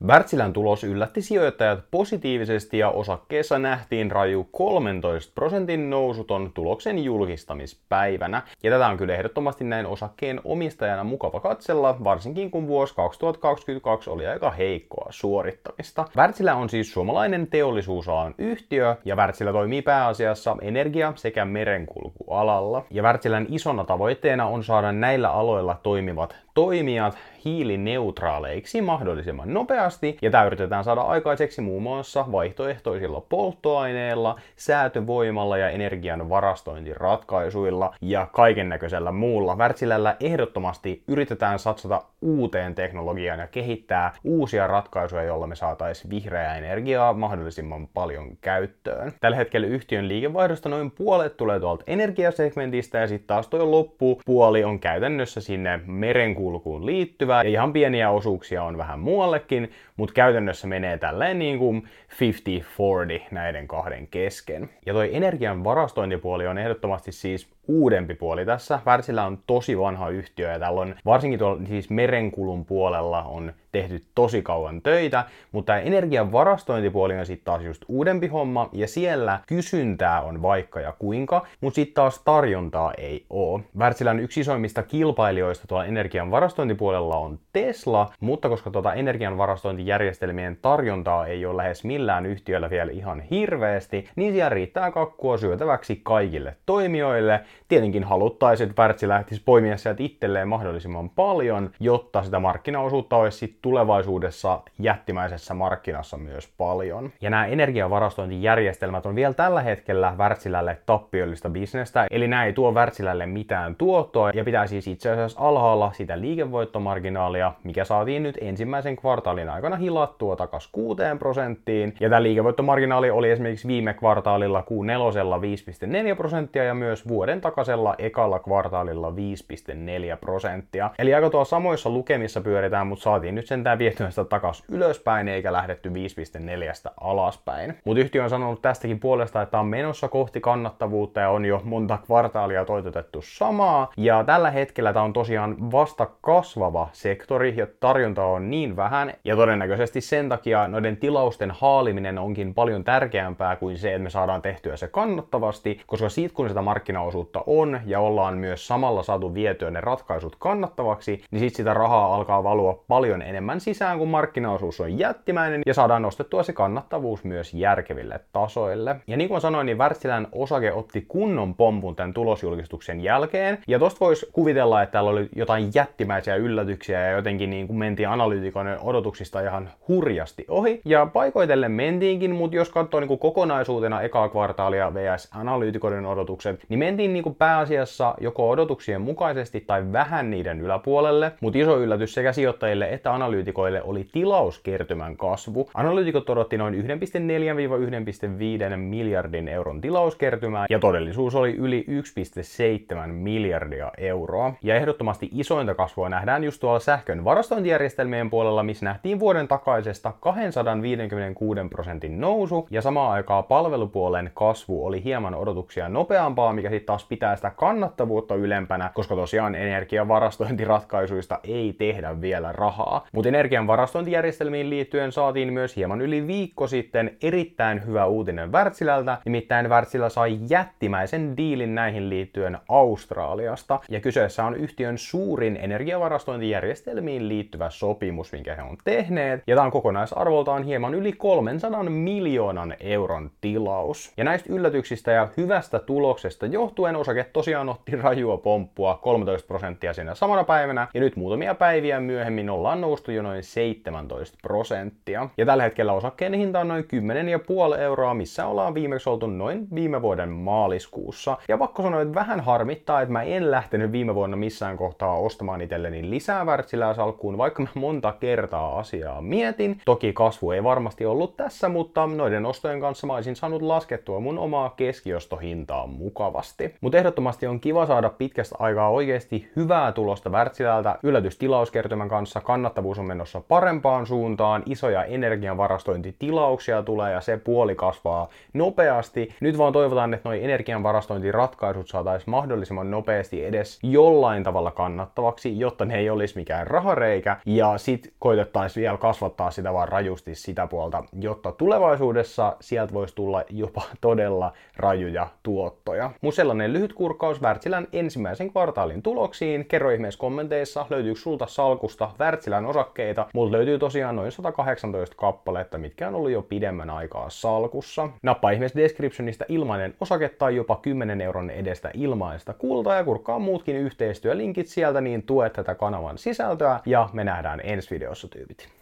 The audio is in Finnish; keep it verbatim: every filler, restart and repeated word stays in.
Wärtsilän tulos yllätti sijoittajat positiivisesti ja osakkeessa nähtiin raju kolmentoista prosentin nousu ton tuloksen julkistamispäivänä. Ja tätä on kyllä ehdottomasti näin osakkeen omistajana mukava katsella, varsinkin kun vuosi kaksituhattakaksikymmentäkaksi oli aika heikkoa suorittamista. Wärtsilä on siis suomalainen teollisuusalan yhtiö ja Wärtsilä toimii pääasiassa energia- sekä merenkulkualalla. Ja Wärtsilän isona tavoitteena on saada näillä aloilla toimivat toimijat hiilineutraaleiksi mahdollisimman nopeasti, ja tämä yritetään saada aikaiseksi muun muassa vaihtoehtoisilla polttoaineilla, säätövoimalla ja energian varastointiratkaisuilla ja kaiken näköisellä muulla. Wärtsilällä ehdottomasti yritetään satsata uuteen teknologiaan ja kehittää uusia ratkaisuja, joilla me saataisiin vihreää energiaa mahdollisimman paljon käyttöön. Tällä hetkellä yhtiön liikevaihdosta noin puolet tulee tuolta energiasegmentistä ja sitten taas tuo loppupuoli on käytännössä sinne merenkulkuun liittyvä. Ja ihan pieniä osuuksia on vähän muuallekin, mutta käytännössä menee tälleen niin kuin viisikymmentä neljäkymmentä näiden kahden kesken. Ja toi energian varastointipuoli on ehdottomasti siis uudempi puoli tässä. Wärtsilä on tosi vanha yhtiö ja täällä on varsinkin tuolla siis merenkulun puolella on tehty tosi kauan töitä, mutta tämä energian varastointipuoli on sitten taas just uudempi homma ja siellä kysyntää on vaikka ja kuinka, mutta sitten taas tarjontaa ei ole. Wärtsilän yksi isoimmista kilpailijoista tuolla energian varastointipuolella on Tesla, mutta koska tuota energian varastointijärjestelmien tarjontaa ei ole lähes millään yhtiöllä vielä ihan hirveästi, niin siellä riittää kakkua syötäväksi kaikille toimijoille. Tietenkin haluttaisiin, että Wärtsilä lähtisi poimia sieltä itselleen mahdollisimman paljon, jotta sitä markkinaosuutta olisi sit tulevaisuudessa jättimäisessä markkinassa myös paljon. Ja nämä energiavarastointijärjestelmät on vielä tällä hetkellä Wärtsilälle tappiollista bisnestä, eli nämä ei tuo Wärtsilälle mitään tuottoa ja pitää siis itse asiassa alhaalla sitä liikevoittomarginaalia, mikä saatiin nyt ensimmäisen kvartaalin aikana hilattua takas kuuteen prosenttiin. Ja tämä liikevoittomarginaali oli esimerkiksi viime kvartaalilla Q neljä viisi pilkku neljä prosenttia ja myös vuoden takaisella ekalla kvartaalilla viisi pilkku neljä prosenttia. Eli aika tuolla samoissa lukemissa pyöritään, mutta saatiin nyt sentään vietyä sitä takas ylöspäin eikä lähdetty viisi pilkku neljä alaspäin. Mutta yhtiö on sanonut tästäkin puolesta, että on menossa kohti kannattavuutta ja on jo monta kvartaalia toitotettu samaa. Ja tällä hetkellä tämä on tosiaan vasta kasvava sektori ja tarjonta on niin vähän ja todennäköisesti sen takia noiden tilausten haaliminen onkin paljon tärkeämpää kuin se, että me saadaan tehtyä se kannattavasti, koska siitä kun sitä markkinaosuutta on ja ollaan myös samalla saatu vietyä ne ratkaisut kannattavaksi, niin sit sitä rahaa alkaa valua paljon enemmän sisään, kun markkinaosuus on jättimäinen ja saadaan nostettua se kannattavuus myös järkeville tasoille. Ja niin kuin sanoin, niin Wärtsilän osake otti kunnon pompun tämän tulosjulkistuksen jälkeen. Ja tosta voisi kuvitella, että täällä oli jotain jättimäisiä yllätyksiä ja jotenkin niin kuin mentiin analyytikoiden odotuksista ihan hurjasti ohi. Ja paikoitellen mentiinkin, mutta jos katsoo niin kuin kokonaisuutena ekaa kvartaalia versus analyytikoiden odotukset, niin mentiin niin kuin pääasiassa joko odotuksien mukaisesti tai vähän niiden yläpuolelle. Mutta iso yllätys sekä sijoittajille että analyytikoille oli tilauskertymän kasvu. Analyytikot odotti noin yksi pilkku neljä yksi pilkku viisi miljardin euron tilauskertymää ja todellisuus oli yli yksi pilkku seitsemän miljardia euroa. Ja ehdottomasti isointa kasvua nähdään just tuolla sähkön varastointijärjestelmien puolella, missä nähtiin vuoden takaisesta kaksisataaviisikymmentäkuusi prosentin nousu ja samaan aikaan palvelupuolen kasvu oli hieman odotuksia nopeampaa, mikä sitten taas pitää sitä kannattavuutta ylempänä, koska tosiaan energiavarastointiratkaisuista ei tehdä vielä rahaa. Mutta energian varastointijärjestelmiin liittyen saatiin myös hieman yli viikko sitten erittäin hyvä uutinen Wärtsilältä, nimittäin Wärtsilä sai jättimäisen diilin näihin liittyen Australiasta, ja kyseessä on yhtiön suurin energiavarastointijärjestelmiin liittyvä sopimus, minkä he on tehneet, ja tämä on kokonaisarvoltaan hieman yli kolmensadan miljoonan euron tilaus. Ja näistä yllätyksistä ja hyvästä tuloksesta johtuen osake tosiaan otti rajua pomppua kolmetoista prosenttia siinä samana päivänä, ja nyt muutamia päiviä myöhemmin ollaan noustu jo noin seitsemäntoista prosenttia. Ja tällä hetkellä osakkeen hinta on noin kymmenen pilkku viisi euroa, missä ollaan viimeksi oltu noin viime vuoden maaliskuussa. Ja pakko sanoa, että vähän harmittaa, että mä en lähtenyt viime vuonna missään kohtaa ostamaan itselleni lisää Wärtsilää salkkuun, vaikka mä monta kertaa asiaa mietin. Toki kasvu ei varmasti ollut tässä, mutta noiden ostojen kanssa mä olisin saanut laskettua mun omaa keskiostohintaa mukavasti. Mutta ehdottomasti on kiva saada pitkästä aikaa oikeasti hyvää tulosta Wärtsilältä yllätystilauskertymän kanssa, kannattavuus kannattavuus on menossa parempaan suuntaan, isoja energianvarastointitilauksia tulee ja se puoli kasvaa nopeasti. Nyt vaan toivotaan, että noi energianvarastointiratkaisut saataisiin mahdollisimman nopeasti edes jollain tavalla kannattavaksi, jotta ne ei olisi mikään rahareikä, ja sit koitettaisiin vielä kasvattaa sitä vaan rajusti sitä puolta, jotta tulevaisuudessa sieltä voisi tulla jopa todella rajuja tuottoja. Mun sellainen lyhyt kurkkaus Wärtsilän ensimmäisen kvartaalin tuloksiin. Kerro ihmeessä kommenteissa, löytyykö sulta salkusta Wärtsilän osakkeita. Multa löytyy tosiaan noin sata kahdeksantoista kappaletta, mitkä on ollut jo pidemmän aikaa salkussa. Nappaa ihmeessä descriptionista ilmainen osake tai jopa kymmenen euron edestä ilmaista kultaa ja kurkkaa muutkin yhteistyölinkit sieltä, niin tuet tätä kanavan sisältöä ja me nähdään ensi videossa, tyypit.